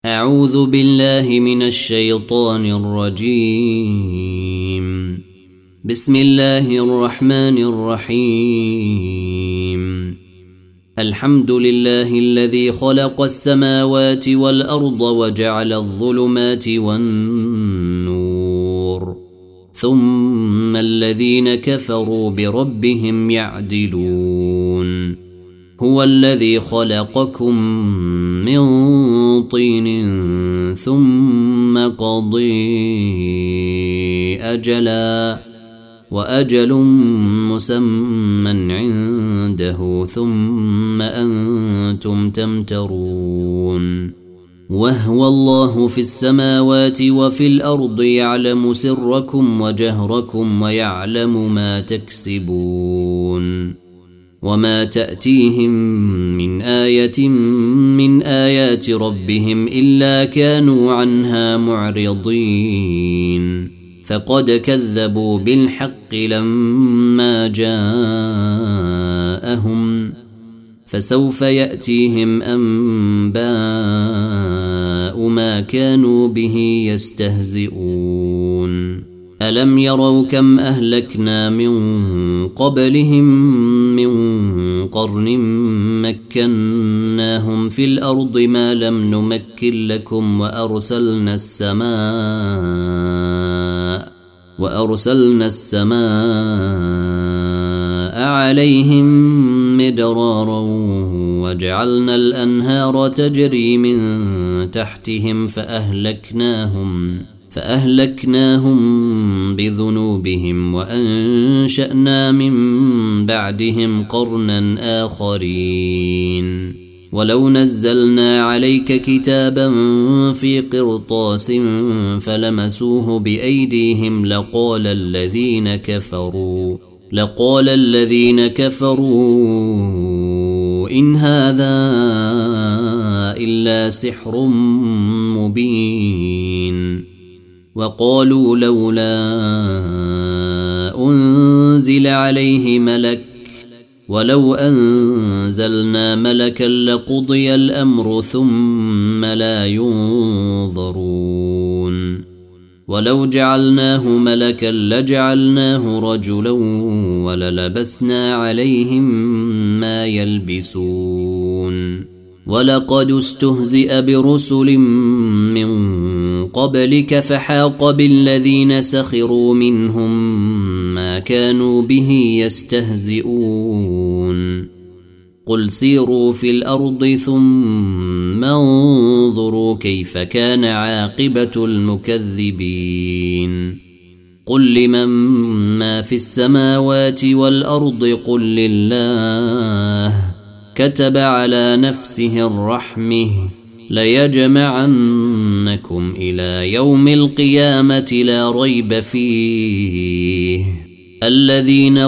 أعوذ بالله من الشيطان الرجيم. بسم الله الرحمن الرحيم. الحمد لله الذي خلق السماوات والأرض وجعل الظلمات والنور ثم الذين كفروا بربهم يعدلون. هو الذي خلقكم من طين ثم قضي أجلا وأجل مسمى عنده ثم أنتم تمترون. وهو الله في السماوات وفي الأرض يعلم سركم وجهركم ويعلم ما تكسبون. وما تأتيهم من آية من آيات ربهم إلا كانوا عنها معرضين. فقد كذبوا بالحق لما جاءهم فسوف يأتيهم أنباء ما كانوا به يستهزئون. ألم يروا كم أهلكنا من قبلهم من قرن مكناهم في الأرض ما لم نمكن لكم وأرسلنا السماء عليهم مدرارا وجعلنا الأنهار تجري من تحتهم فأهلكناهم بذنوبهم وأنشأنا من بعدهم قرنا آخرين. ولو نزلنا عليك كتابا في قرطاس فلمسوه بأيديهم لقال الذين كفروا إن هذا إلا سحر مبين. وقالوا لولا أنزل عليه ملك ولو أنزلنا ملكا لقضي الأمر ثم لا ينظرون. ولو جعلناه ملكا لجعلناه رجلا وللبسنا عليهم ما يلبسون. ولقد استهزئ برسل من قبلك فحاق بالذين سخروا منهم ما كانوا به يستهزئون. قل سيروا في الأرض ثم انظروا كيف كان عاقبة المكذبين. قل لمن ما في السماوات والأرض قل لله كتب على نفسه الرحمة ليجمعنكم إلى يوم القيامة لا ريب فيه. الذين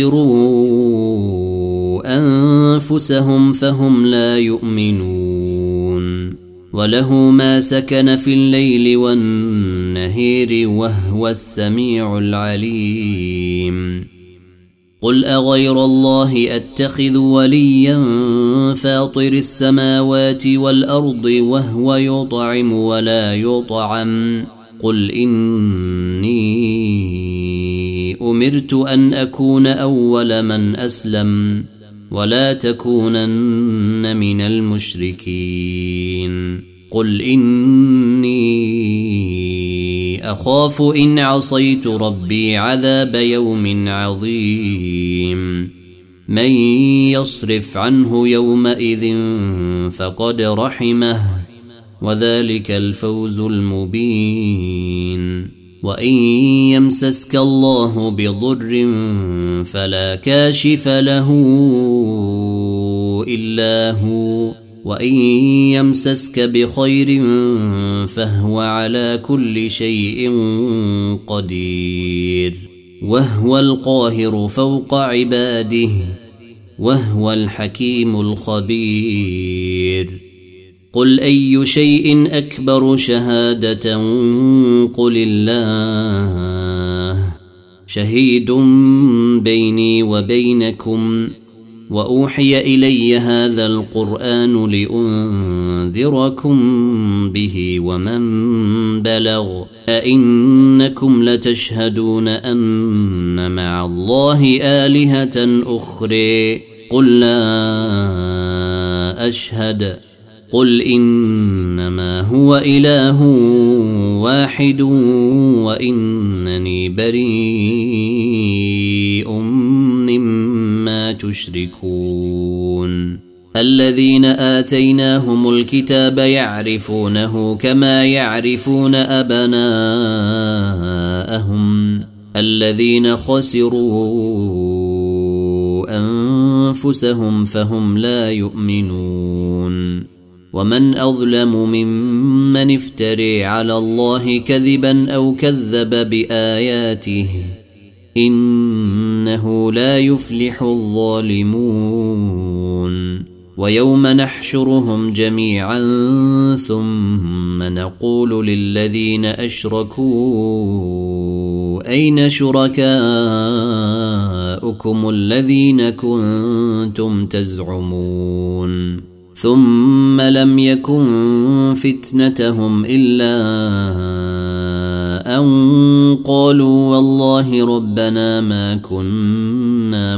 خسروا أنفسهم فهم لا يؤمنون. وله ما سكن في الليل والنهار وهو السميع العليم. قل أغير الله أتخذ وليا فاطر السماوات والأرض وهو يطعم ولا يطعم. قل إني أمرت أن أكون أول من أسلم ولا تكونن من المشركين. قل إني أخاف إن عصيت ربي عذاب يوم عظيم. من يصرف عنه يومئذ فقد رحمه وذلك الفوز المبين. وإن يمسسك الله بضر فلا كاشف له إلا هو وإن يمسسك بخير فهو على كل شيء قدير. وهو القاهر فوق عباده وهو الحكيم الخبير. قل أي شيء أكبر شهادة قل الله شهيد بيني وبينكم وأوحي إلي هذا القرآن لأنذركم به ومن بلغ أئنكم لتشهدون أن مع الله آلهة أخرى قل لا أشهد قل إنما هو إله واحد وإنني بريء مما تشركون الذين آتيناهم الكتاب يعرفونه كما يعرفون أبناءهم الذين خسروا أنفسهم فهم لا يؤمنون ومن أظلم ممن افتري على الله كذبا أو كذب بآياته إنه لا يفلح الظالمون ويوم نحشرهم جميعا ثم نقول للذين أشركوا أين شركاؤكم الذين كنتم تزعمون ثم لم يكن فتنتهم إلا أن قالوا والله ربنا ما كنا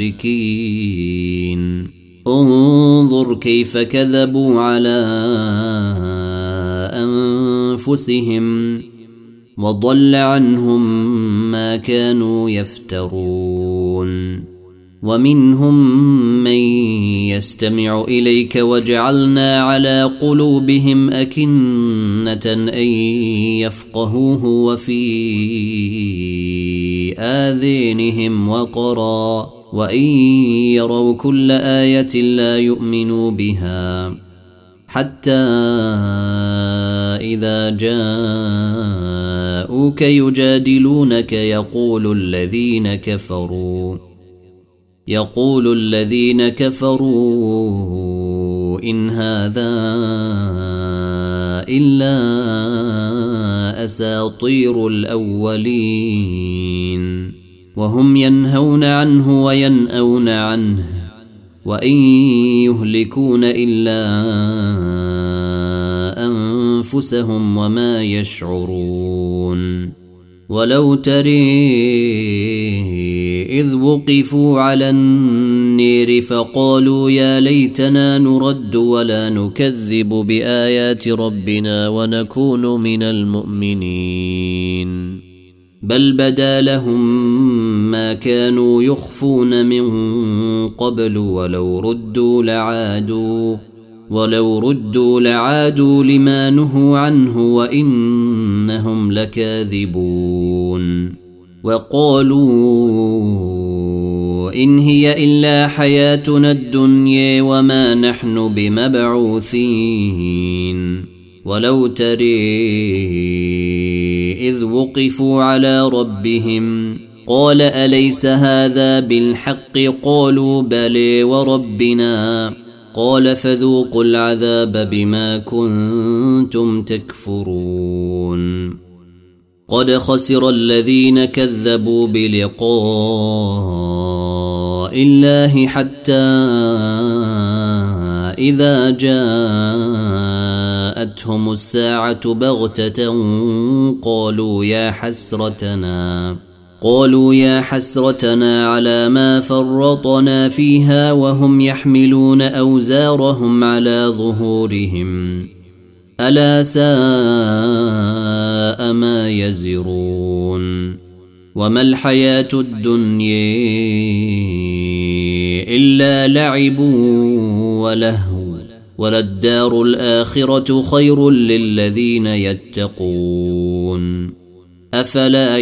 مشركين انظر كيف كذبوا على أنفسهم وضل عنهم ما كانوا يفترون ومنهم من يستمع إليك وجعلنا على قلوبهم أكنة أن يفقهوه وفي آذانهم وقرا وإن يروا كل آية لا يؤمنوا بها حتى إذا جاءوك يجادلونك يقول الذين كفروا إن هذا إلا أساطير الأولين وهم ينهون عنه وينأون عنه وإن يهلكون إلا أنفسهم وما يشعرون ولو تري إذ وقفوا على النير فقالوا يا ليتنا نرد ولا نكذب بآيات ربنا ونكون من المؤمنين بل بدا لهم ما كانوا يخفون من قبل ولو ردوا لعادوا لما نهوا عنه وإنهم لكاذبون وقالوا إن هي إلا حياتنا الدنيا وما نحن بمبعوثين ولو تري إذ وقفوا على ربهم قال أليس هذا بالحق قالوا بلى وربنا قال فذوقوا العذاب بما كنتم تكفرون قد خسر الذين كذبوا بلقاء الله حتى إذا جاءتهم الساعة بغتة قالوا يا حسرتنا على ما فرطنا فيها وهم يحملون أوزارهم على ظهورهم ألا ساء ما يزرون وما الحياة الدنيا إلا لعب ولهو وللدار الآخرة خير للذين يتقون أفلا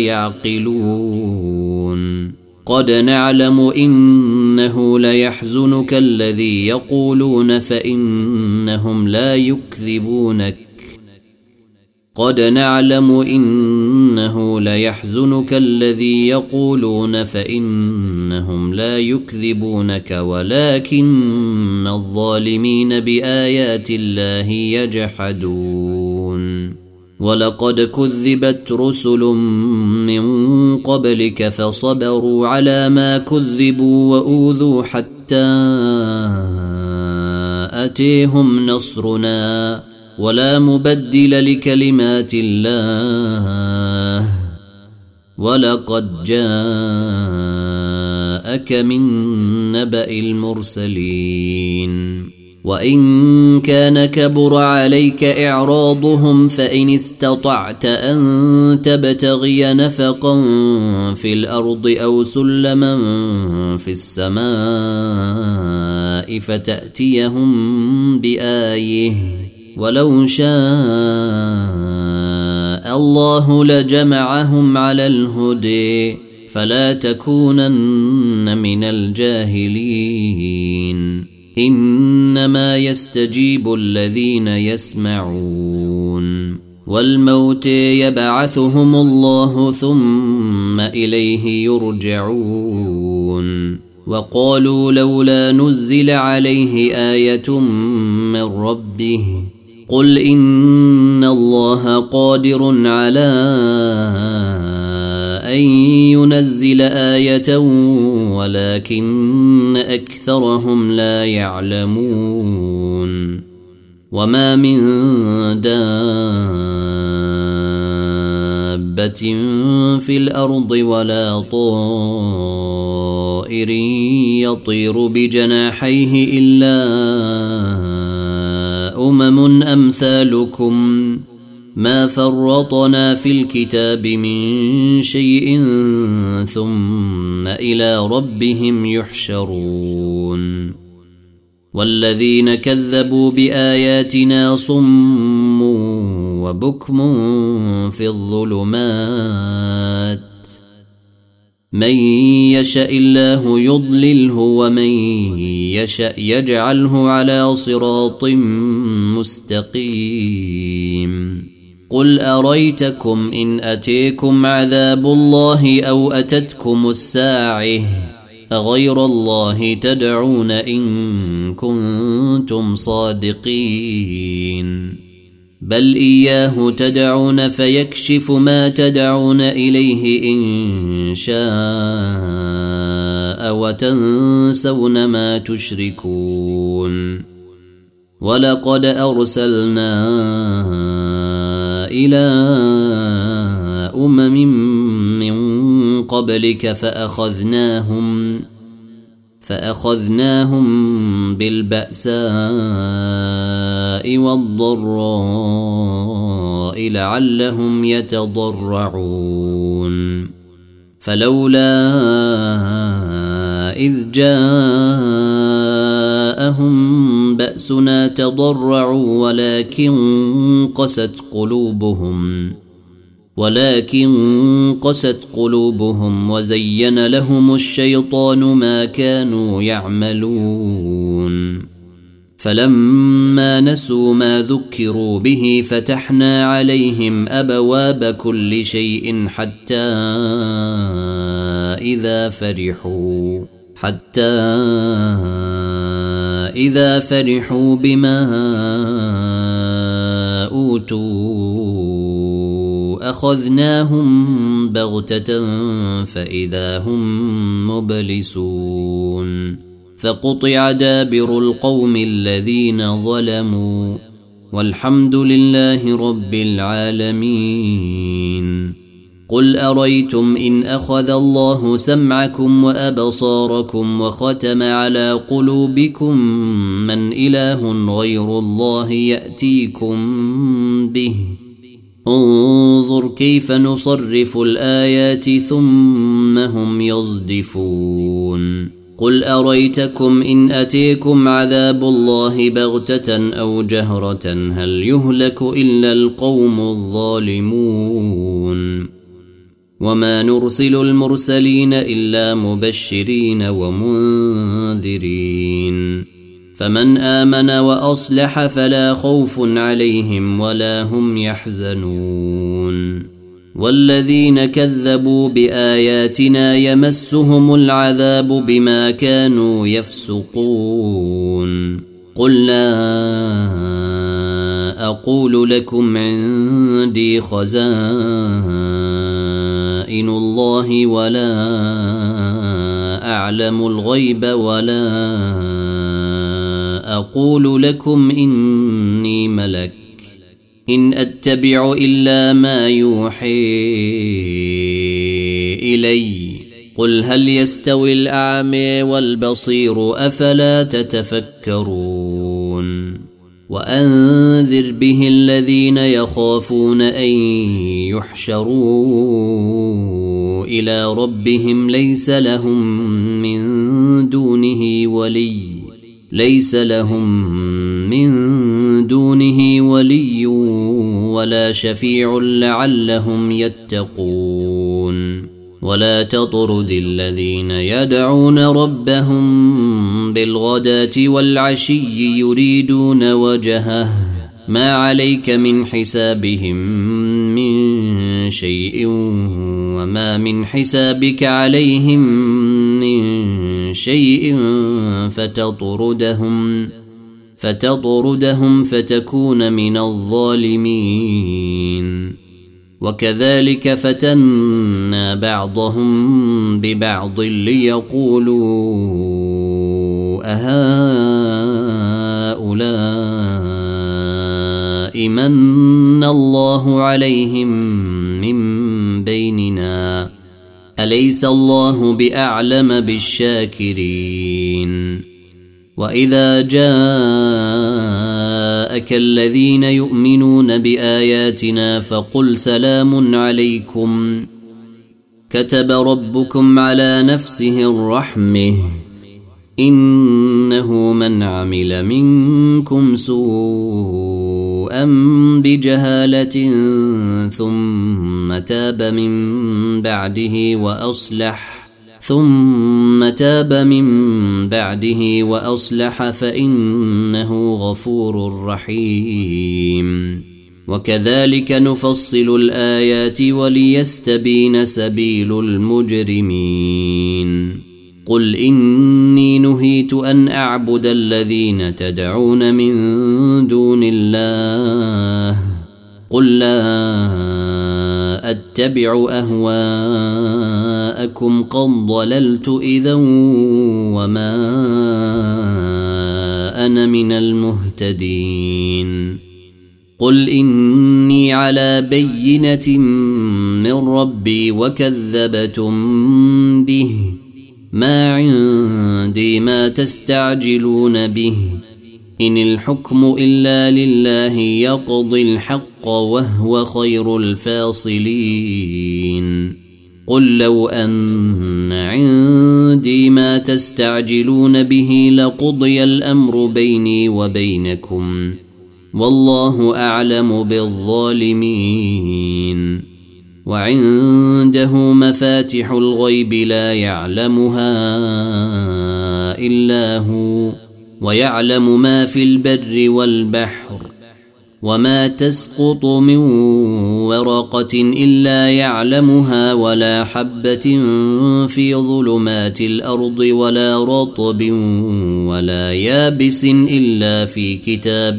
يعقلون قد نعلم إنه ليحزنك الذي يقولون فإنهم لا يكذبونك ولكن الظالمين بآيات الله يجحدون ولقد كذبت رسل من قبلك فصبروا على ما كذبوا وأوذوا حتى حتى أتيهم نصرنا ولا مبدل لكلمات الله ولقد جاءك من نبأ المرسلين وإن كان كبر عليك إعراضهم فإن استطعت أن تبتغي نفقا في الأرض أو سلما في السماء فتأتيهم بآية ولو شاء الله لجمعهم على الهدى فلا تكونن من الجاهلين إنما يستجيب الذين يسمعون والموت يبعثهم الله ثم إليه يرجعون وقالوا لولا نزل عليه آية من ربه قل إن الله قادر على أن ينزل آية ولكن أكثرهم لا يعلمون وما من دابة في الأرض ولا طائر يطير بجناحيه إلا أمم أمثالكم ما فرطنا في الكتاب من شيء ثم إلى ربهم يحشرون والذين كذبوا بآياتنا صم وبكم في الظلمات من يشاء الله يضلله ومن يشاء يجعله على صراط مستقيم قل أريتكم إن أتيكم عذاب الله أو أتتكم الساعة أغير الله تدعون إن كنتم صادقين بل إياه تدعون فيكشف ما تدعون إليه إن شاء وتنسون ما تشركون ولقد أرسلنا إلى أمم من قبلك فأخذناهم بالبأساء والضراء لعلهم يتضرعون فلولا إذ جاءهم بأسنا تضرعوا ولكن قست قلوبهم وزين لهم الشيطان ما كانوا يعملون فلما نسوا ما ذكروا به فتحنا عليهم أبواب كل شيء حتى إذا فرحوا بما أوتوا أخذناهم بغتة فإذا هم مبلسون فقطع دابر القوم الذين ظلموا والحمد لله رب العالمين قل أريتم إن أخذ الله سمعكم وأبصاركم وختم على قلوبكم من إله غير الله يأتيكم به انظر كيف نصرف الآيات ثم هم يصدفون قل أريتكم إن أتيكم عذاب الله بغتة أو جهرة هل يهلك إلا القوم الظالمون وما نرسل المرسلين إلا مبشرين ومنذرين فمن آمن وأصلح فلا خوف عليهم ولا هم يحزنون والذين كذبوا بآياتنا يمسهم العذاب بما كانوا يفسقون قل لا أقول لكم عندي خزائن الله ولا أعلم الغيب ولا أقول لكم إني ملك إن أتبع إلا ما يوحي إلي قل هل يستوي الأعمى والبصير أفلا تتفكرون وأنذر به الذين يخافون أن يحشروا إلى ربهم ليس لهم من دونه ولي ولا شفيع لعلهم يتقون ولا تطرد الذين يدعون ربهم بالغداة والعشي يريدون وجهه ما عليك من حسابهم من شيء وما من حسابك عليهم من شيء فتطردهم فتكون من الظالمين وكذلك فتنا بعضهم ببعض ليقولوا أهؤلاء من الله عليهم من بيننا أليس الله بأعلم بالشاكرين وإذا جاءك الذين يؤمنون بآياتنا فقل سلام عليكم كتب ربكم على نفسه الرحمة إنه من عمل منكم سوءا بجهالة ثم تاب من بعده وأصلح فإنه غفور رحيم وكذلك نفصل الآيات وليستبين سبيل المجرمين قل إني نهيت أن أعبد الذين تدعون من دون الله قل لا أتبع أهواءكم قد ضللت إذا وما أنا من المهتدين قل إني على بينة من ربي وكذبتم به ما عندي ما تستعجلون به إن الحكم إلا لله يقضي الحق وهو خير الفاصلين قل لو أن عندي ما تستعجلون به لقضي الأمر بيني وبينكم والله أعلم بالظالمين وعنده مفاتح الغيب لا يعلمها إلا هو ويعلم ما في البر والبحر وما تسقط من ورقة إلا يعلمها ولا حبة في ظلمات الأرض ولا رطب ولا يابس إلا في كتاب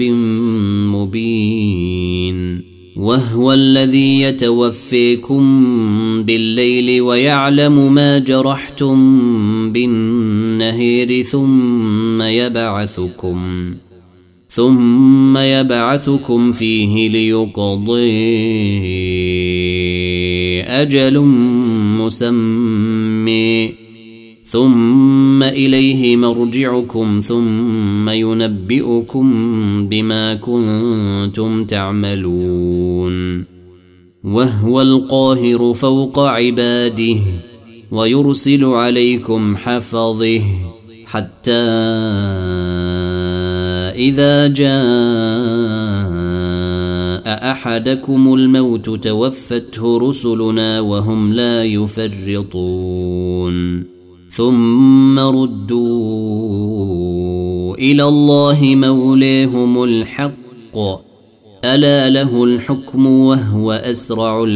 مبين وهو الذي يتوفيكم بالليل ويعلم ما جرحتم بالنهار ثم يبعثكم فيه ليقضي أجل مسمى ثم إليه مرجعكم ثم ينبئكم بما كنتم تعملون وهو القاهر فوق عباده ويرسل عليكم حفظه حتى إذا جاء أحدكم الموت توفته رسلنا وهم لا يفرطون ثم ردوا إلى الله مولاهم الحق ألا له الحكم وهو أسرع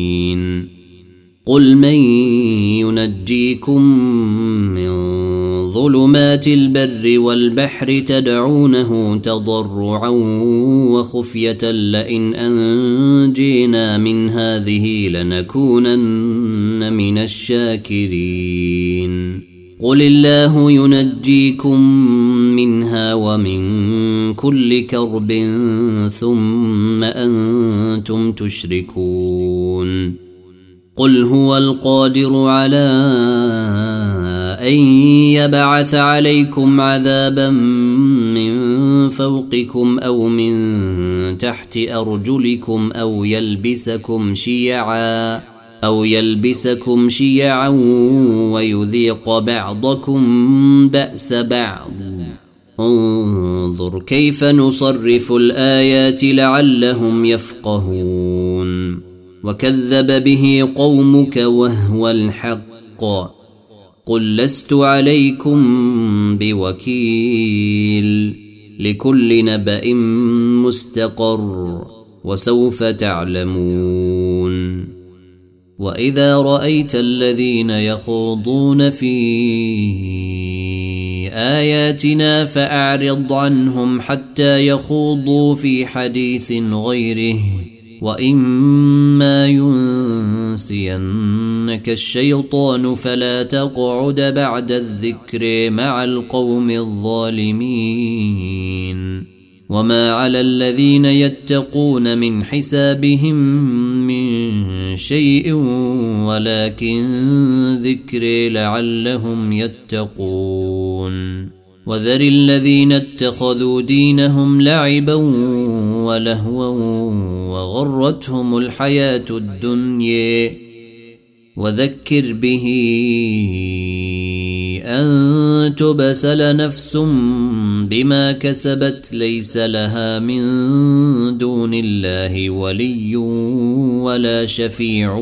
الحاسبين قل من ينجيكم من ظلمات البر والبحر تدعونه تضرعا وخفية لئن أنجينا من هذه لنكونن من الشاكرين قل الله ينجيكم منها ومن كل كرب ثم أنتم تشركون قل هو القادر على أن يبعث عليكم عذابا من فوقكم أو من تحت أرجلكم أو يلبسكم شيعا ويذيق بعضكم بأس بعض انظر كيف نصرف الآيات لعلهم يفقهون وكذب به قومك وهو الحق قل لست عليكم بوكيل لكل نبأ مستقر وسوف تعلمون وإذا رأيت الذين يخوضون في آياتنا فأعرض عنهم حتى يخوضوا في حديث غيره وإما ينسينك الشيطان فلا تقعد بعد الذكر مع القوم الظالمين وما على الذين يتقون من حسابهم من شيء ولكن ذكر لعلهم يتقون وذر الذين اتخذوا دينهم لعبا ولهوا وغرتهم الحياة الدنيا وذكر به أن تبسل نفس بما كسبت ليس لها من دون الله ولي ولا شفيع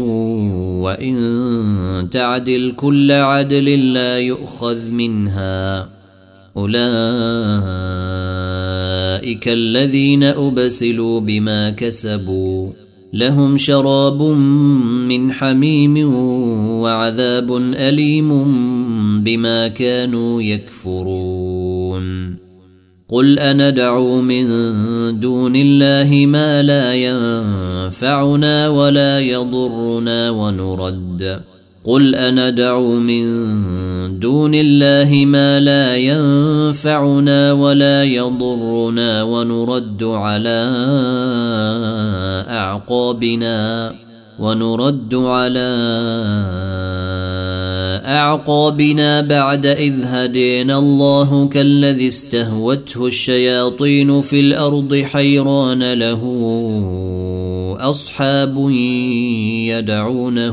وإن تعدل كل عدل لا يؤخذ منها أولئك الذين أبسلوا بما كسبوا لهم شراب من حميم وعذاب أليم بما كانوا يكفرون قل أندعو من دون الله ما لا ينفعنا ولا يضرنا ونرد قل أندعو من دون الله ما لا ينفعنا ولا يضرنا ونرد على أعقابنا بعد إذ هدينا الله كالذي استهوته الشياطين في الأرض حيران له أصحاب يدعونه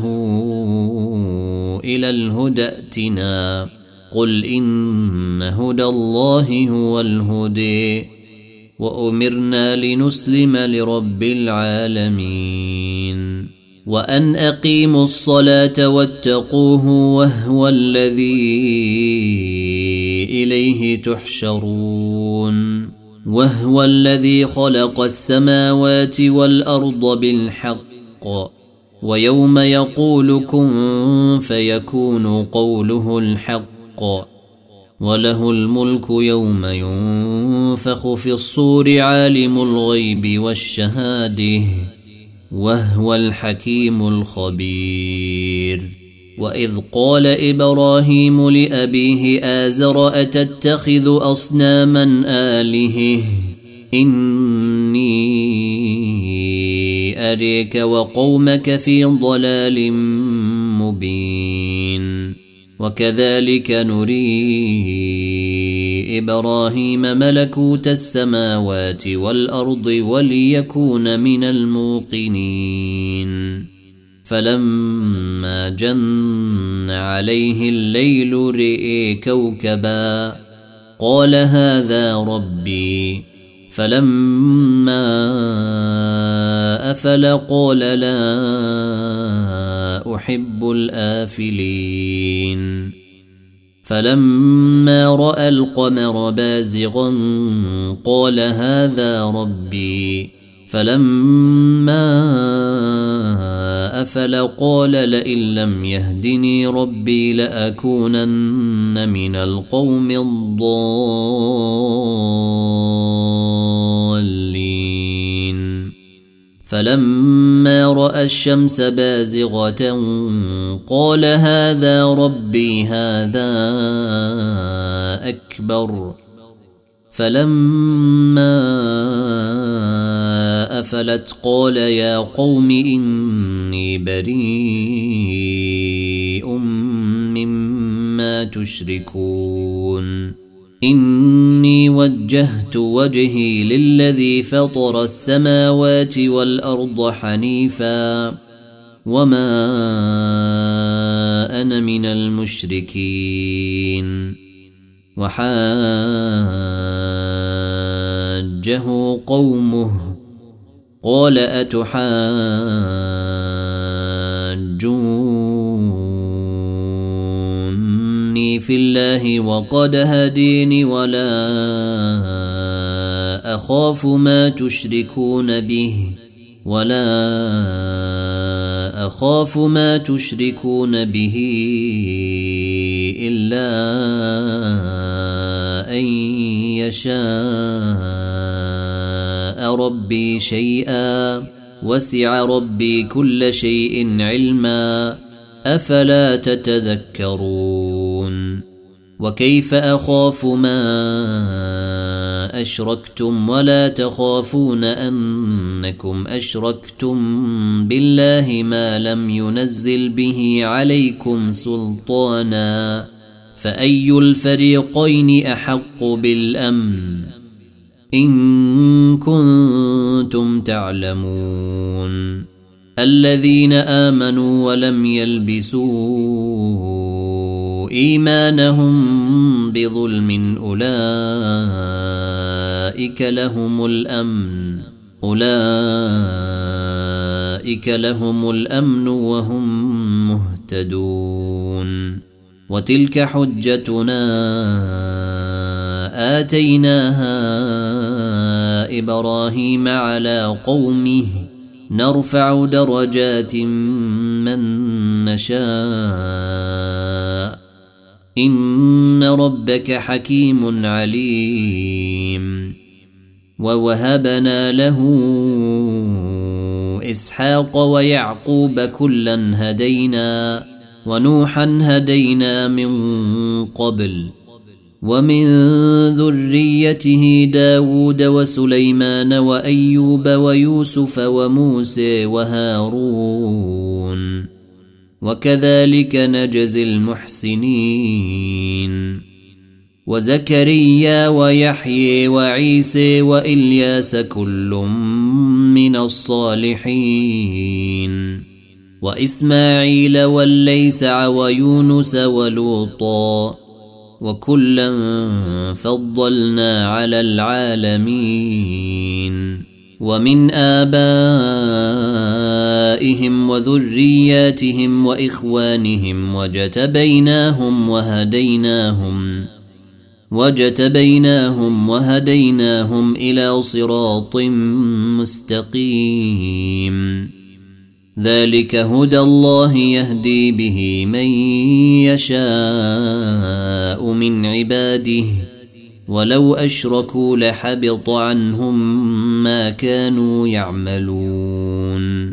إلى الهدى ائتنا قل إن هدى الله هو الهدي وأمرنا لنسلم لرب العالمين وأن أقيموا الصلاة واتقوه وهو الذي إليه تحشرون وهو الذي خلق السماوات والأرض بالحق ويوم يقول كن فيكون قوله الحق وله الملك يوم ينفخ في الصور عالم الغيب والشهاده وهو الحكيم الخبير وإذ قال إبراهيم لأبيه آزر أتتخذ أصناما آلهة إني أريك وقومك في ضلال مبين وكذلك نري إبراهيم ملكوت السماوات والأرض وليكون من الموقنين فلما جن عليه الليل رئي كوكبا قال هذا ربي فلما أفل قال لا أحب الآفلين فلما رأى القمر بازغا قال هذا ربي فلما أفل قال لئن لم يهدني ربي لأكونن من القوم الضالين فلما رأى الشمس بازغة قال هذا ربي هذا أكبر فلما أفلت قال يا قوم إني بريء مما تشركون إني وجهت وجهي للذي فطر السماوات والأرض حنيفا وما أنا من المشركين وحاجه قومه قال أتحاجوني في الله وقد هديني ولا أخاف ما تشركون به إلا أن يشاء ربي شيئا وسع ربي كل شيء علما أفلا تتذكرون وكيف أخاف ما أشركتم ولا تخافون أنكم أشركتم بالله ما لم ينزل به عليكم سلطانا فأي الفريقين أحق بالأمن إن كنتم تعلمون الذين آمنوا ولم يلبسوا إيمانهم بظلم أولئك لهم الأمن وهم مهتدون وتلك حجتنا آتيناها إبراهيم على قومه نرفع درجات من نشاء إن ربك حكيم عليم ووهبنا له إسحاق ويعقوب كلا هدينا ونوحا هدينا من قبل ومن ذريته داود وسليمان وأيوب ويوسف وموسى وهارون وكذلك نجزي المحسنين وزكريا ويحيى وعيسى وإلياس كل من الصالحين وإسماعيل واليسع ويونس ولوطا وكلا فضلنا على العالمين ومن آبائهم وذرياتهم وإخوانهم وجتبيناهم إلى صراط مستقيم ذلك هدى الله يهدي به من يشاء من عباده ولو أشركوا لحبط عنهم ما كانوا يعملون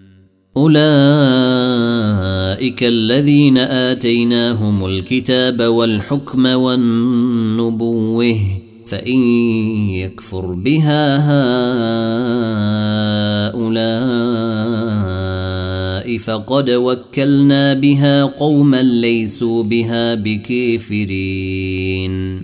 أولئك الذين آتيناهم الكتاب والحكم والنبوة فإن يكفر بها هؤلاء فقد وكلنا بها قوما ليسوا بها بكافرين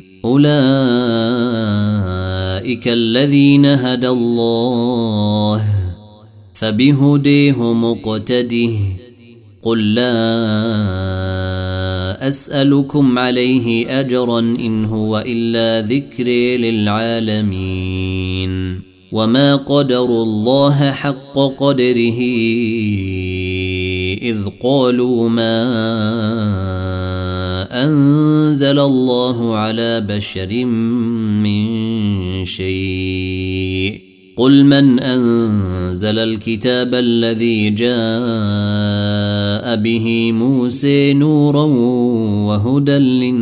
أولئك الذين هدى الله فبهديه مقتده قل لا أسألكم عليه أجرا إن هو إلا ذكر للعالمين وما قدروا الله حق قدره إذ قالوا ما أنزل الله على بشر من شيء قل من أنزل الكتاب الذي جاء به موسى نورا وهدى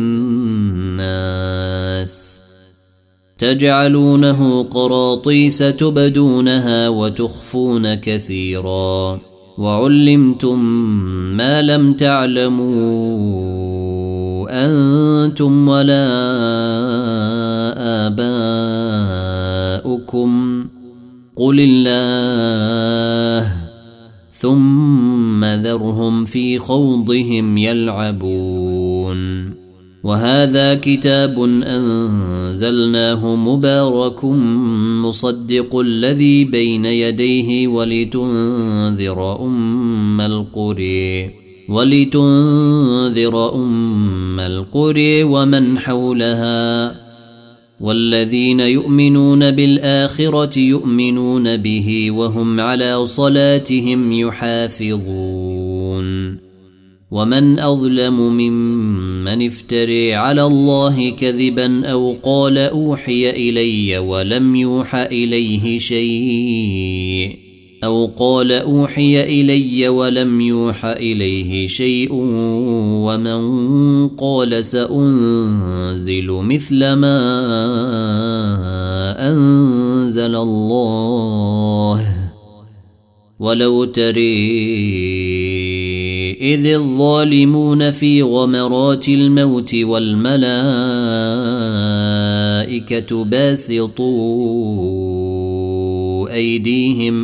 للناس تجعلونه قراطيس تبدونها وتخفون كثيرا وعلمتم ما لم تعلموا أنتم ولا آباؤكم قل الله ثم ذرهم في خوضهم يلعبون وهذا كتاب أنزلناه مبارك مصدق الذي بين يديه ولتنذر أم القرى ومن حولها والذين يؤمنون بالآخرة يؤمنون به وهم على صلاتهم يحافظون ومن أظلم ممن افتري على الله كذبا أو قال أوحي إلي ولم يوحى إليه شيء ومن قال سأنزل مثل ما أنزل الله ولو تري إذ الظالمون في غمرات الموت والملائكة باسطوا أيديهم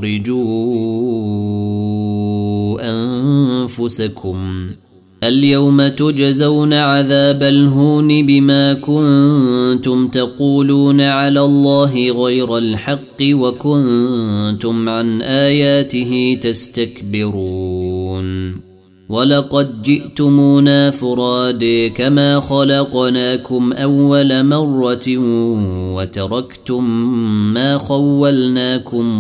أخرجوا أنفسكم اليوم تجزون عذاب الهون بما كنتم تقولون على الله غير الحق وكنتم عن آياته تستكبرون ولقد جئتمونا فرادى كما خلقناكم أول مرة وتركتم ما خولناكم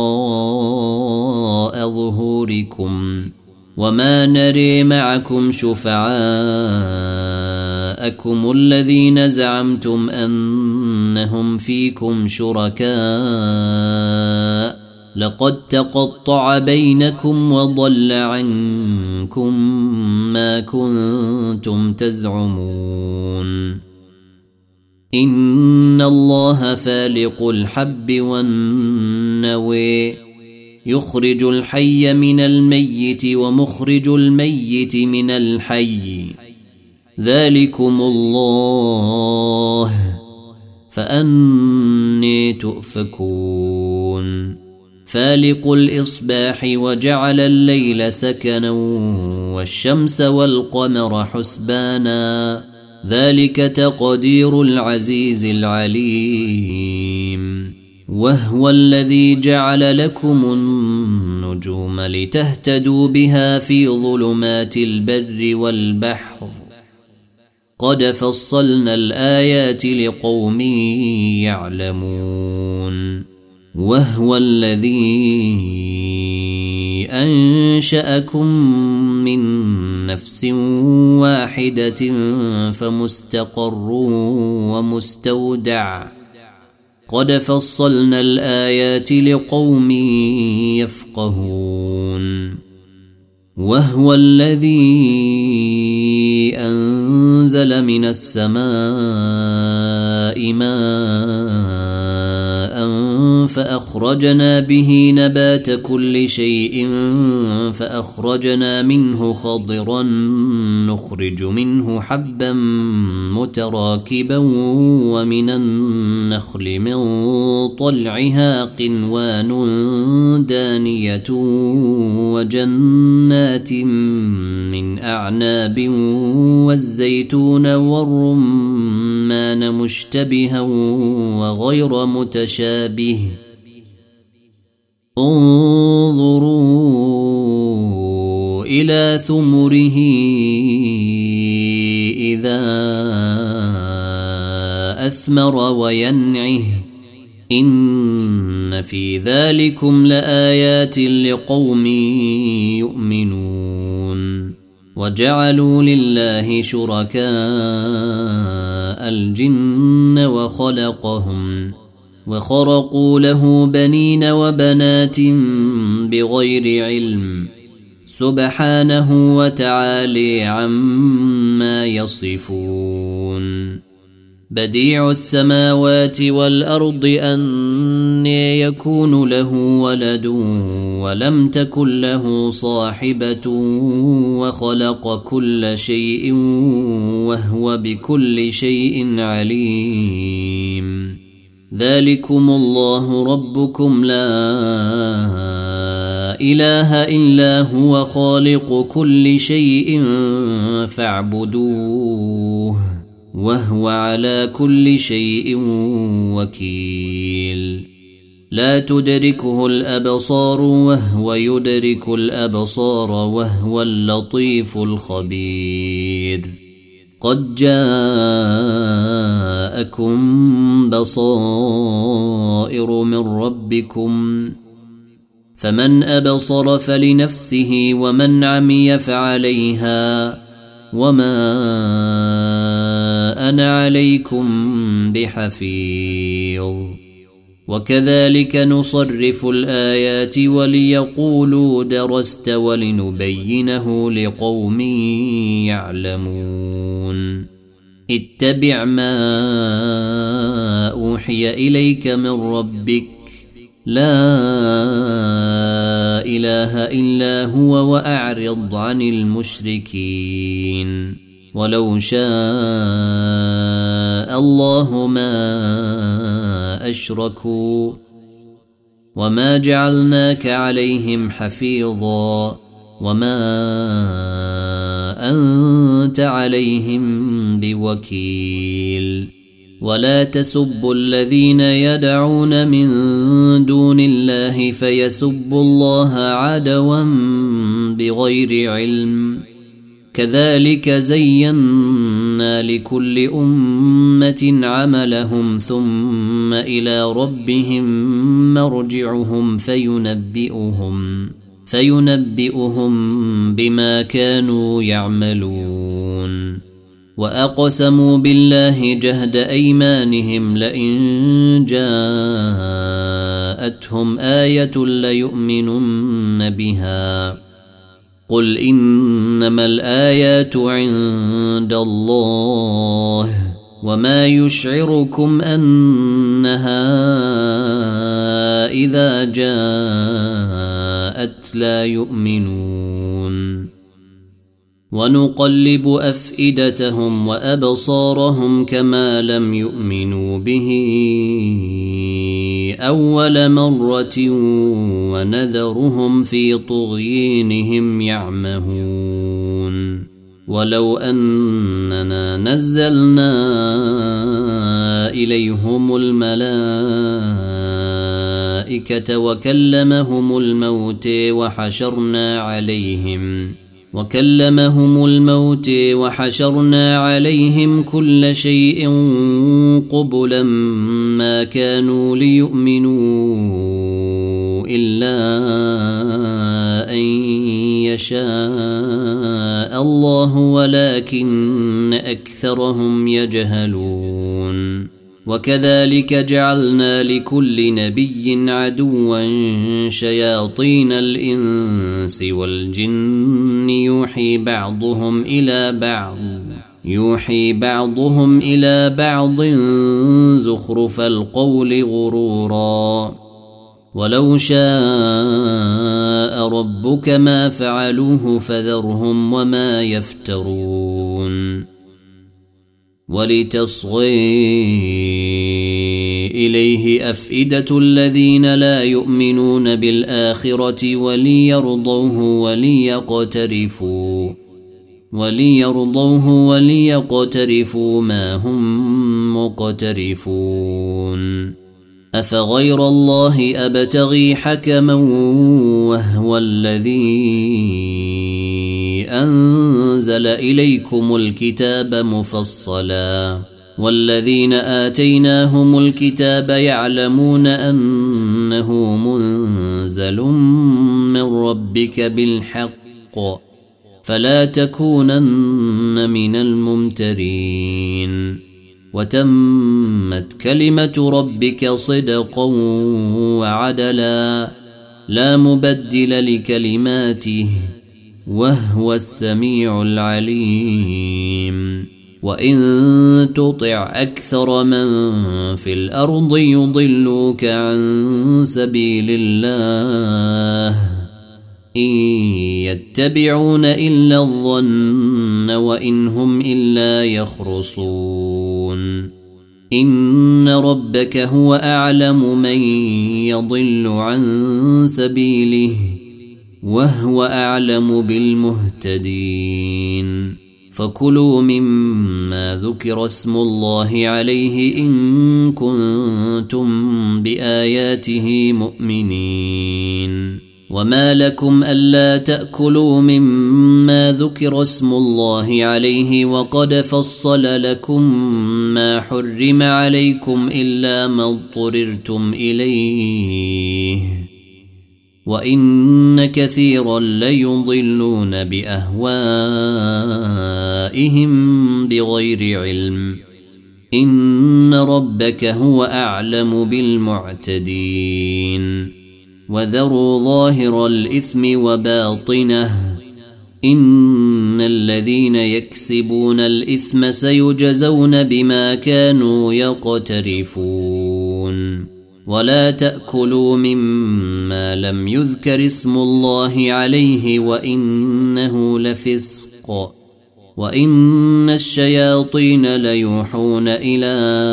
وراء ظهوركم وما نري معكم شفعاءكم الذين زعمتم أنهم فيكم شركاء لقد تقطع بينكم وضل عنكم ما كنتم تزعمون إن الله فالق الحب والنوى يخرج الحي من الميت ومخرج الميت من الحي ذلكم الله فأني تؤفكون فالق الإصباح وجعل الليل سكنا والشمس والقمر حسبانا ذلك تقدير العزيز العليم وهو الذي جعل لكم النجوم لتهتدوا بها في ظلمات البر والبحر قد فصلنا الآيات لقوم يعلمون وهو الذي أنشأكم من نفس واحدة فمستقر ومستودع قد فصلنا الآيات لقوم يفقهون وهو الذي أنزل من السماء ماء فأخرجنا به نبات كل شيء فأخرجنا منه خضرا نخرج منه حبا متراكبا ومن النخل من طلعها قنوان دانية وجنات من أعناب والزيتون والرمان مشتبها وغير متشابه انظروا إلى ثمره إذا أثمر وينعه إن في ذلكم لآيات لقوم يؤمنون وجعلوا لله شركاء الجن وخرقوا له بنين وبنات بغير علم سبحانه وتعالى عما يصفون. بديع السماوات والأرض أنى يكون له ولد ولم تكن له صاحبة وخلق كل شيء وهو بكل شيء عليم. ذلكم الله ربكم لا إله إلا هو خالق كل شيء فاعبدوه وهو على كل شيء وكيل. لا تدركه الأبصار وهو يدرك الأبصار وهو اللطيف الخبير. قد جاءكم بصائر من ربكم فمن أبصر فلنفسه ومن عمي فعليها وما أنا عليكم بحفيظ. وكذلك نصرف الآيات وليقولوا درست ولنبينه لقوم يعلمون. اتبع ما أوحي إليك من ربك لا إله إلا هو وأعرض عن المشركين. ولو شاء الله ما أشركوا وما جعلناك عليهم حفيظا وما أنت عليهم بوكيل. ولا تسبوا الذين يدعون من دون الله فيسبوا الله عدوا بغير علم. كذلك زينا لكل أمة عملهم ثم إلى ربهم مرجعهم فينبئهم بما كانوا يعملون. وأقسموا بالله جهد أيمانهم لئن جاءتهم آية ليؤمنن بها. قل إنما الآيات عند الله وما يشعركم أنها إذا جاءت لا يؤمنون. ونقلب أفئدتهم وأبصارهم كما لم يؤمنوا به أول مرة ونذرهم في طغيانهم يعمهون. ولو أننا نزلنا إليهم الملائكة وكلمهم الموت وحشرنا عليهم كل شيء قبلا ما كانوا ليؤمنوا إلا أن يشاء الله ولكن أكثرهم يجهلون. وكذلك جعلنا لكل نبي عدوا شياطين الإنس والجن يوحي بعضهم إلى بعض زخرف القول غرورا. ولو شاء ربك ما فعلوه فذرهم وما يفترون. ولتصغي إليه أفئدة الذين لا يؤمنون بالآخرة وليرضوه وليقترفوا ما هم مقترفون. أفغير الله أبتغي حكما وهو الذي أنزل إليكم الكتاب مفصلا والذين آتيناهم الكتاب يعلمون أنه منزل من ربك بالحق فلا تكونن من الممترين. وتمت كلمة ربك صدقا وعدلا لا مبدل لكلماته وهو السميع العليم وإن تطع أكثر من في الأرض يضلوك عن سبيل الله إن يتبعون إلا الظن وإن هم إلا يخرصون إن ربك هو أعلم من يضل عن سبيله وهو أعلم بالمهتدين فكلوا مما ذكر اسم الله عليه إن كنتم بآياته مؤمنين وما لكم ألا تأكلوا مما ذكر اسم الله عليه وقد فصل لكم ما حرم عليكم إلا ما اضطررتم إليه وإن كثيرا ليضلون بأهوائهم بغير علم إن ربك هو أعلم بالمعتدين وذروا ظاهر الإثم وباطنه إن الذين يكسبون الإثم سيجزون بما كانوا يقترفون ولا تأكلوا مما لم يذكر اسم الله عليه وإنه لفسق وإن الشياطين ليوحون إلى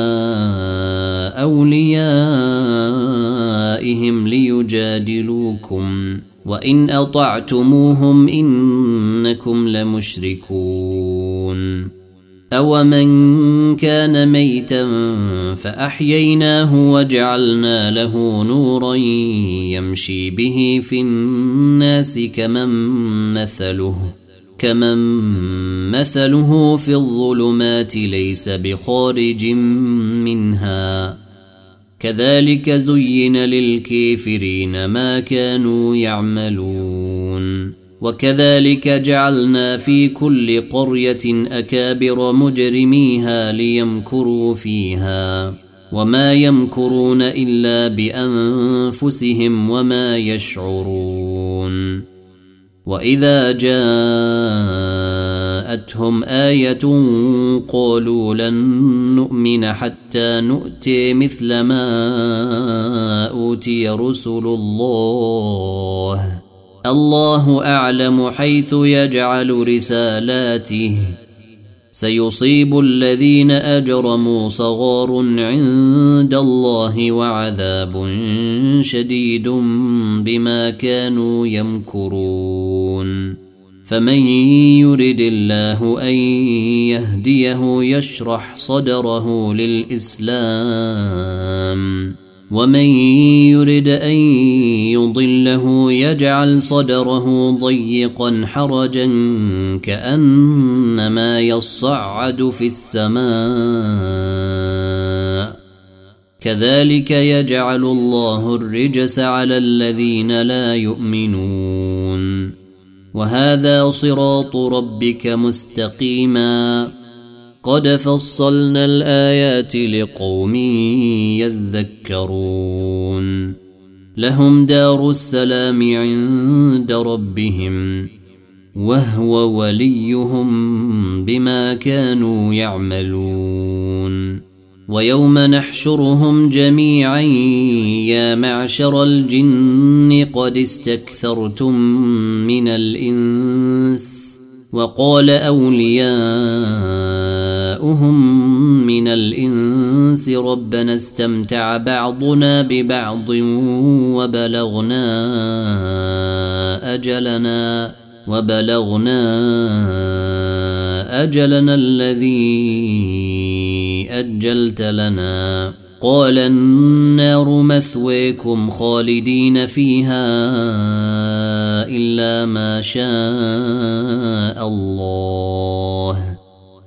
أوليائهم ليجادلوكم وإن أطعتموهم إنكم لمشركون أومن كان ميتا فأحييناه وجعلنا له نورا يمشي به في الناس كمن مثله في الظلمات ليس بخارج منها كذلك زين للكافرين ما كانوا يعملون وكذلك جعلنا في كل قرية أكابر مجرميها ليمكروا فيها وما يمكرون إلا بأنفسهم وما يشعرون وإذا جاءتهم آية قالوا لن نؤمن حتى نؤتي مثل ما أوتي رسل الله أعلم حيث يجعل رسالاته سيصيب الذين أجرموا صغار عند الله وعذاب شديد بما كانوا يمكرون فمن يرد الله أن يهديه يشرح صدره للإسلام ومن يرد أن يضله يجعل صدره ضيقا حرجا كأنما يصعد في السماء كذلك يجعل الله الرجس على الذين لا يؤمنون وهذا صراط ربك مستقيما قد فصلنا الآيات لقوم يذكرون لهم دار السلام عند ربهم وهو وليهم بما كانوا يعملون ويوم نحشرهم جميعا يا معشر الجن قد استكثرتم من الإنس وقال أولياؤهم من الإنس ربنا استمتع بعضنا ببعض وبلغنا أجلنا الذي أجلت لنا قال النار مثويكم خالدين فيها إلا ما شاء الله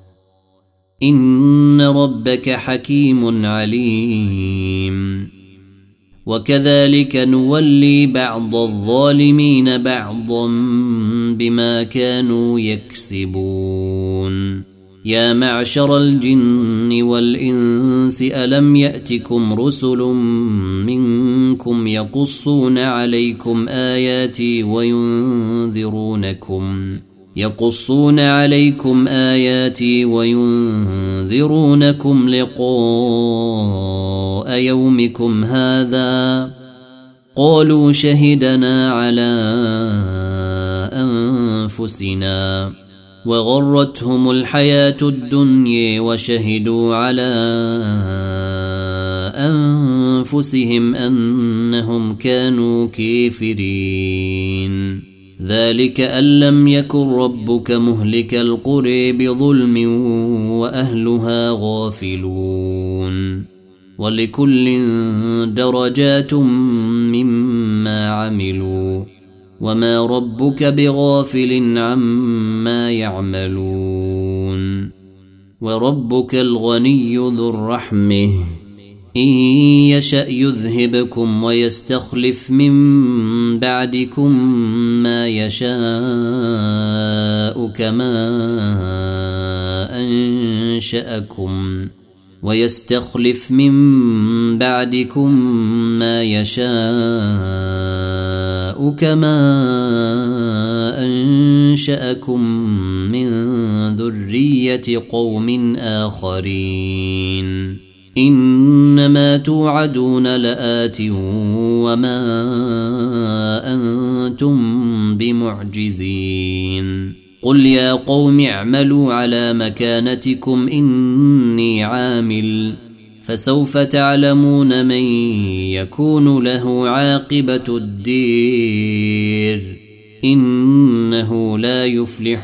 إن ربك حكيم عليم وكذلك نولي بعض الظالمين بعضا بما كانوا يكسبون يا معشر الجن والإنس ألم يأتكم رسل منكم يقصون عليكم آياتي وينذرونكم لقاء يومكم هذا قالوا شهدنا على أنفسنا وغرتهم الحياة الدنيا وشهدوا على أنفسهم أنهم كانوا كافرين ذلك أن لم يكن ربك مهلك القرى بظلم وأهلها غافلون ولكل درجات مما عملوا وما ربك بغافل عما يعملون وربك الغني ذو الرحمة إن يشأ يذهبكم ويستخلف من بعدكم ما يشاء كما أنشأكم من ذرية قوم آخرين إنما توعدون لآت وما أنتم بمعجزين قل يا قوم اعملوا على مكانتكم إني عامل فسوف تعلمون من يكون له عاقبة الدير إنه لا يفلح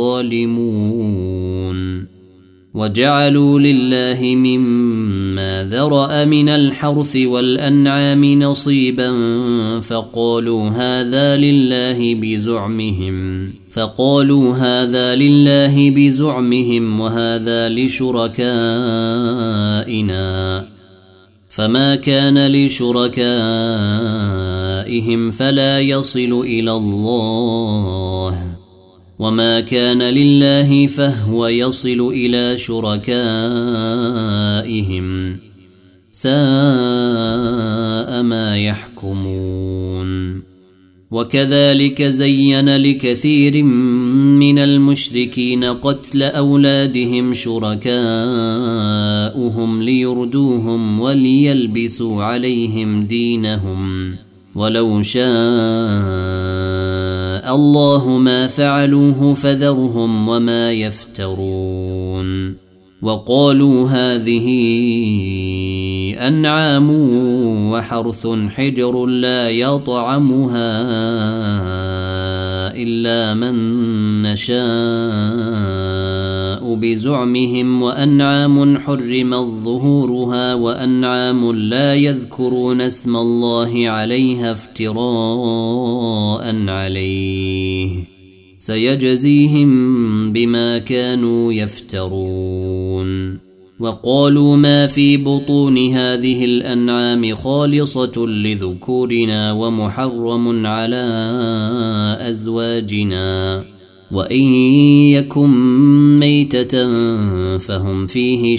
الظالمون وجعلوا لله مما ذرأ من الحرث والأنعام نصيبا فقالوا هذا لله بزعمهم وهذا لشركائنا فما كان لشركائهم فلا يصل إلى الله وما كان لله فهو يصل إلى شركائهم ساء ما يحكمون وكذلك زين لكثير من المشركين قتل أولادهم شركاؤهم ليردوهم وليلبسوا عليهم دينهم ولو شاء الله ما فعلوه فذرهم وما يفترون وقالوا هذه أنعام وحرث حجر لا يطعمها إلا من نشاء بزعمهم وأنعام حرمت ظهورها وأنعام لا يذكرون اسم الله عليها افتراء عليه سيجزيهم بما كانوا يفترون وقالوا ما في بطون هذه الأنعام خالصة لذكورنا ومحرم على أزواجنا وإن يكن ميتة فهم فيه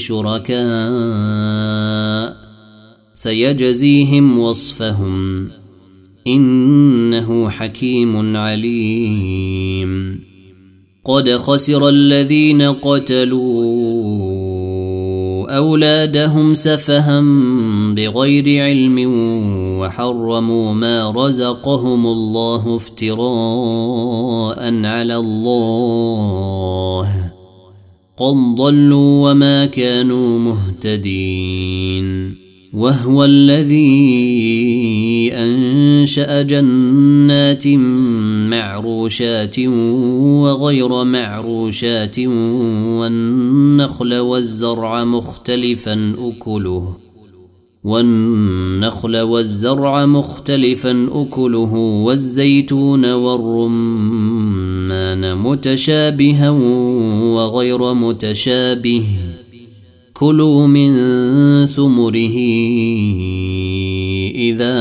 شركاء سيجزيهم وصفهم إنه حكيم عليم قد خسر الذين قتلوا أولادهم سفها بغير علم وحرموا ما رزقهم الله افتراء على الله قد ضلوا وما كانوا مهتدين وهو الذي أنشأ جنات معروشات وغير معروشات والنخل والزرع مختلفا أكله والزيتون والرمان متشابها وغير متشابه كلوا من ثمره إذا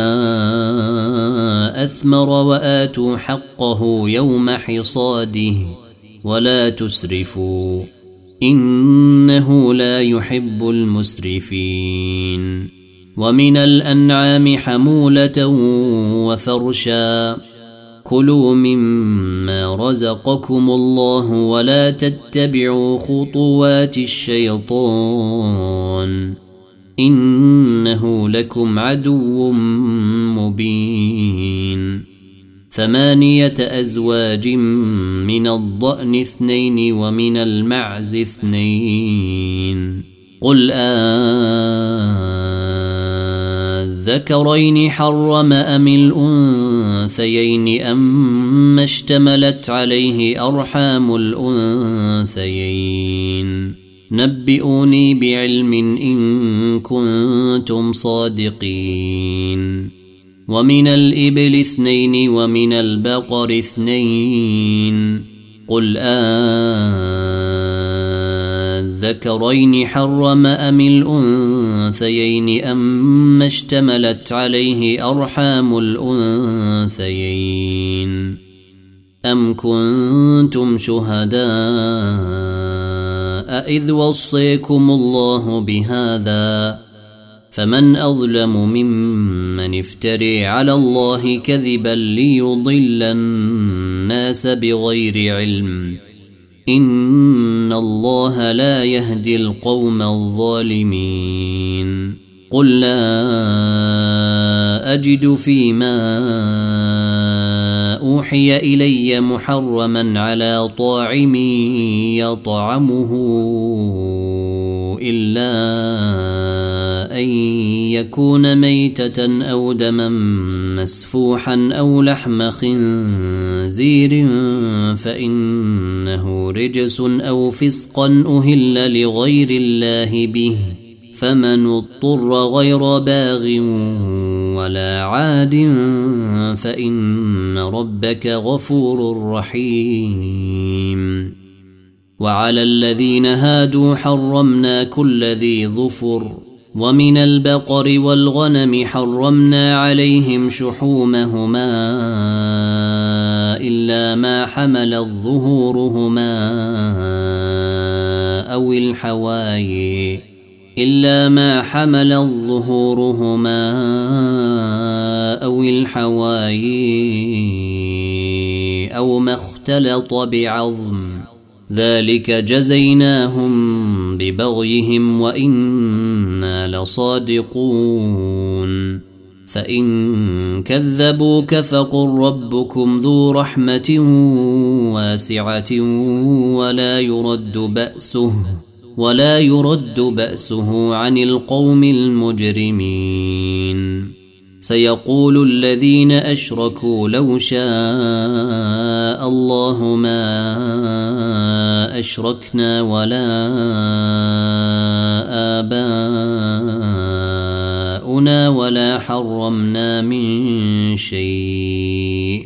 أثمر وآتوا حقه يوم حصاده ولا تسرفوا إنه لا يحب المسرفين. ومن الأنعام حمولة وفرشا كلوا مما رزقكم الله ولا تتبعوا خطوات الشيطان إنه لكم عدو مبين. 8 أزواج من الضأن 2 ومن المعز 2 قل الذكرين حرم أم الأنثيين أما اشتملت عليه أرحام الأنثيين نبئوني بعلم إن كنتم صادقين. ومن الإبل 2 ومن البقر 2 قل الذكرين حرم أم الأنثيين أما اشتملت عليه أرحام الأنثيين أم كنتم شهداء إذ وصيكم الله بهذا فمن أظلم ممن افتري على الله كذبا ليضل الناس بغير علم إن الله لا يهدي القوم الظالمين. قل لا أجد فيما أوحي إلي محرما على طاعم يطعمه إلا أن يكون ميتة أو دما مسفوحا أو لحم خنزير فإنه رجس أو فسقا أهل لغير الله به فمن اضطر غير باغ ولا عاد فإن ربك غفور رحيم. وعلى الذين هادوا حرمنا كل ذي ظفر ومن البقر والغنم حرمنا عليهم شحومهما إلا ما حملت ظهورهما أو الحواي أو ما اختلط بعظم ذلك جزيناهم ببغيهم وإنا لصادقون. فإن كذبوك فقل ربكم ذو رحمة واسعة ولا يرد بأسه عن القوم المجرمين. سيقول الذين أشركوا لو شاء الله ما أشركنا ولا آباؤنا ولا حرمنا من شيء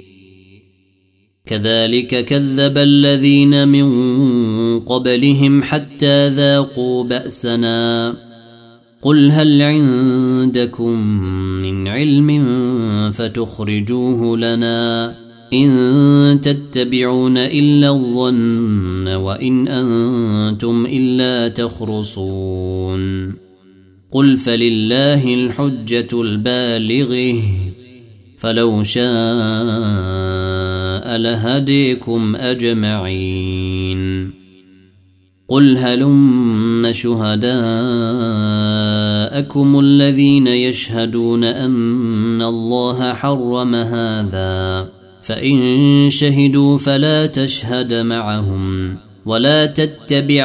كذلك كذب الذين من قبلهم حتى ذاقوا بأسنا. قل هل عندكم من علم فتخرجوه لنا إن تتبعون إلا الظن وإن أنتم إلا تخرصون. قل فلله الحجة البالغة فلو شاء لهديكم أجمعين. قل هلم شهداءكم الذين يشهدون أن الله حرم هذا فإن شهدوا فلا تشهد معهم ولا تتبع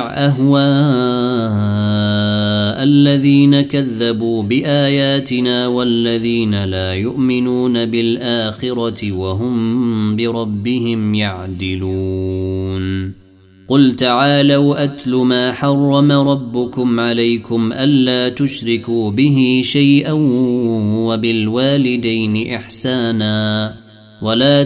أهواء الذين كذبوا بآياتنا والذين لا يؤمنون بالآخرة وهم بربهم يعدلون. قل تعالوا أتل ما حرم ربكم عليكم ألا تشركوا به شيئا وبالوالدين إحسانا ولا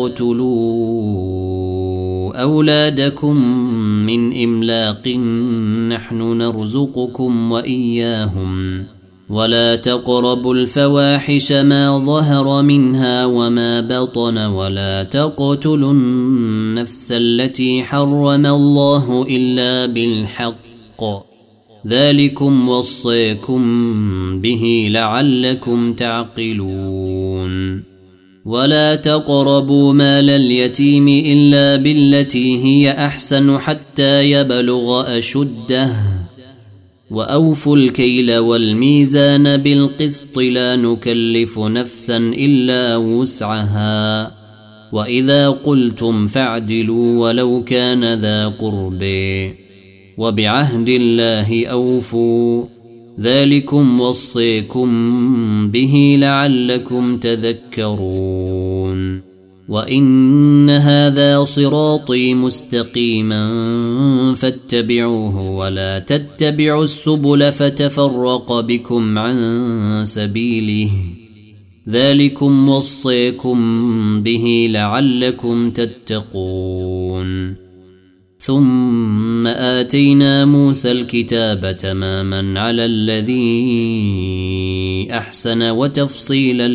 تقتلوا أولادكم من إملاق نحن نرزقكم وإياهم ولا تقربوا الفواحش ما ظهر منها وما بطن ولا تقتلوا النفس التي حرم الله إلا بالحق ذلكم وصيكم به لعلكم تعقلون ولا تقربوا مال اليتيم إلا بالتي هي أحسن حتى يبلغ أشده وأوفوا الكيل والميزان بالقسط لا نكلف نفسا إلا وسعها وإذا قلتم فاعدلوا ولو كان ذا قرب وبعهد الله أوفوا ذلكم وصيكم به لعلكم تذكرون وإن هذا صراطي مستقيما فاتبعوه ولا تتبعوا السبل فتفرق بكم عن سبيله ذلكم وصيكم به لعلكم تتقون ثم آتينا موسى الكتاب تماما على الذي أحسن وتفصيلا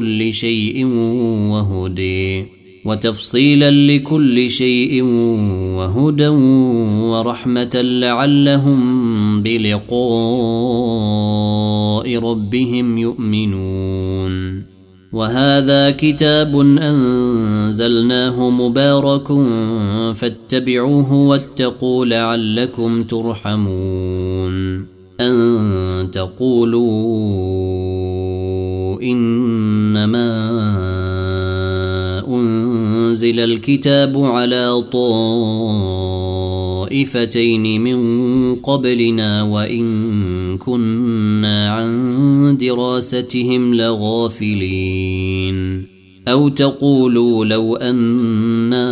لكل شيء وهدى ورحمة لعلهم بلقاء ربهم يؤمنون وهذا كتاب أنزلناه مبارك فاتبعوه واتقوا لعلكم ترحمون أن تقولوا إنما أنزل الكتاب على طائفتين من قبلنا وإن كنا عن دراستهم لغافلين أو تقولوا لو أنا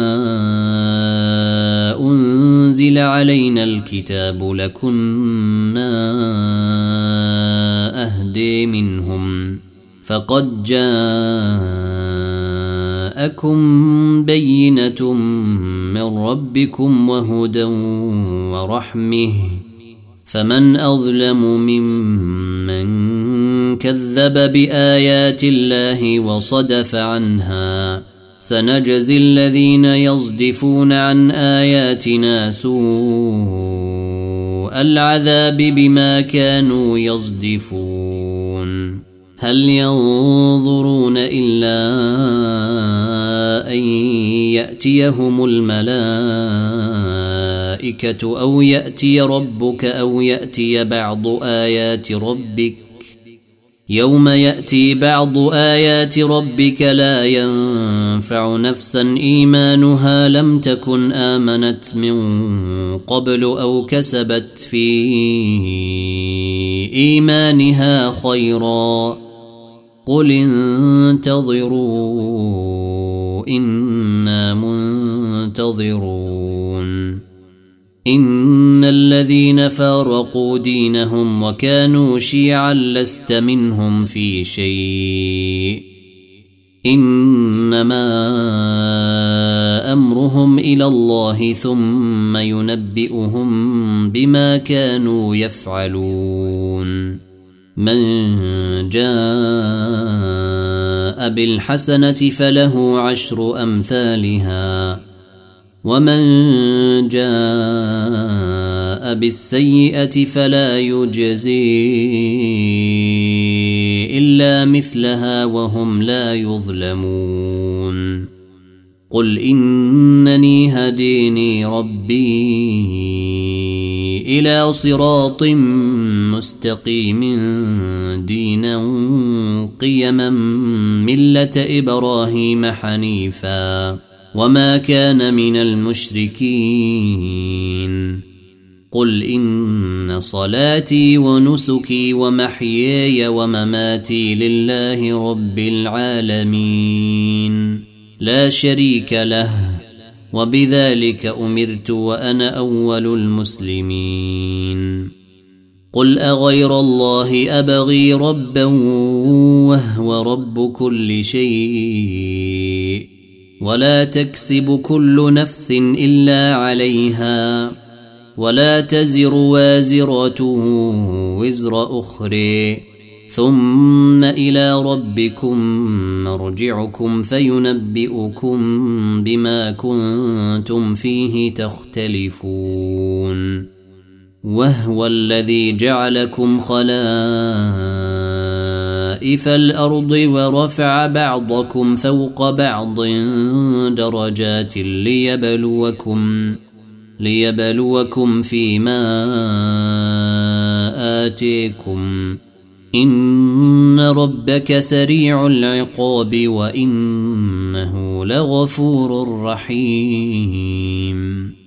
أنزل علينا الكتاب لكنا أهدي منهم فقد جاءكم بينة من ربكم وهدى ورحمة فمن أظلم ممن كذب بآيات الله وصدف عنها سنجزي الذين يصدفون عن آياتنا سوء العذاب بما كانوا يصدفون هل ينظرون إلا أن يأتيهم الملائكة أو يأتي ربك أو يأتي بعض آيات ربك يوم يأتي بعض آيات ربك لا ينفع نفسا إيمانها لم تكن آمنت من قبل أو كسبت في إيمانها خيرا قل انتظروا إنا منتظرون إن الذين فارقوا دينهم وكانوا شيعا لست منهم في شيء إنما أمرهم إلى الله ثم ينبئهم بما كانوا يفعلون من جاء بالحسنة فله 10 أمثالها ومن جاء بالسيئة فلا يجزي إلا مثلها وهم لا يظلمون قل إنني هديني ربي إلى صراط مستقيم دينا قيما ملة إبراهيم حنيفا وما كان من المشركين قل إن صلاتي ونسكي ومحياي ومماتي لله رب العالمين لا شريك له وبذلك أمرت وأنا أول المسلمين قل أغير الله أبغي ربا وهو رب كل شيء ولا تكسب كل نفس إلا عليها ولا تزر وازرة وزر أخرى ثم إلى ربكم مرجعكم فينبئكم بما كنتم فيه تختلفون وهو الذي جعلكم خلائف الأرض ورفع بعضكم فوق بعض درجات ليبلوكم فيما آتيكم إن ربك سريع العقاب وإنه لغفور رحيم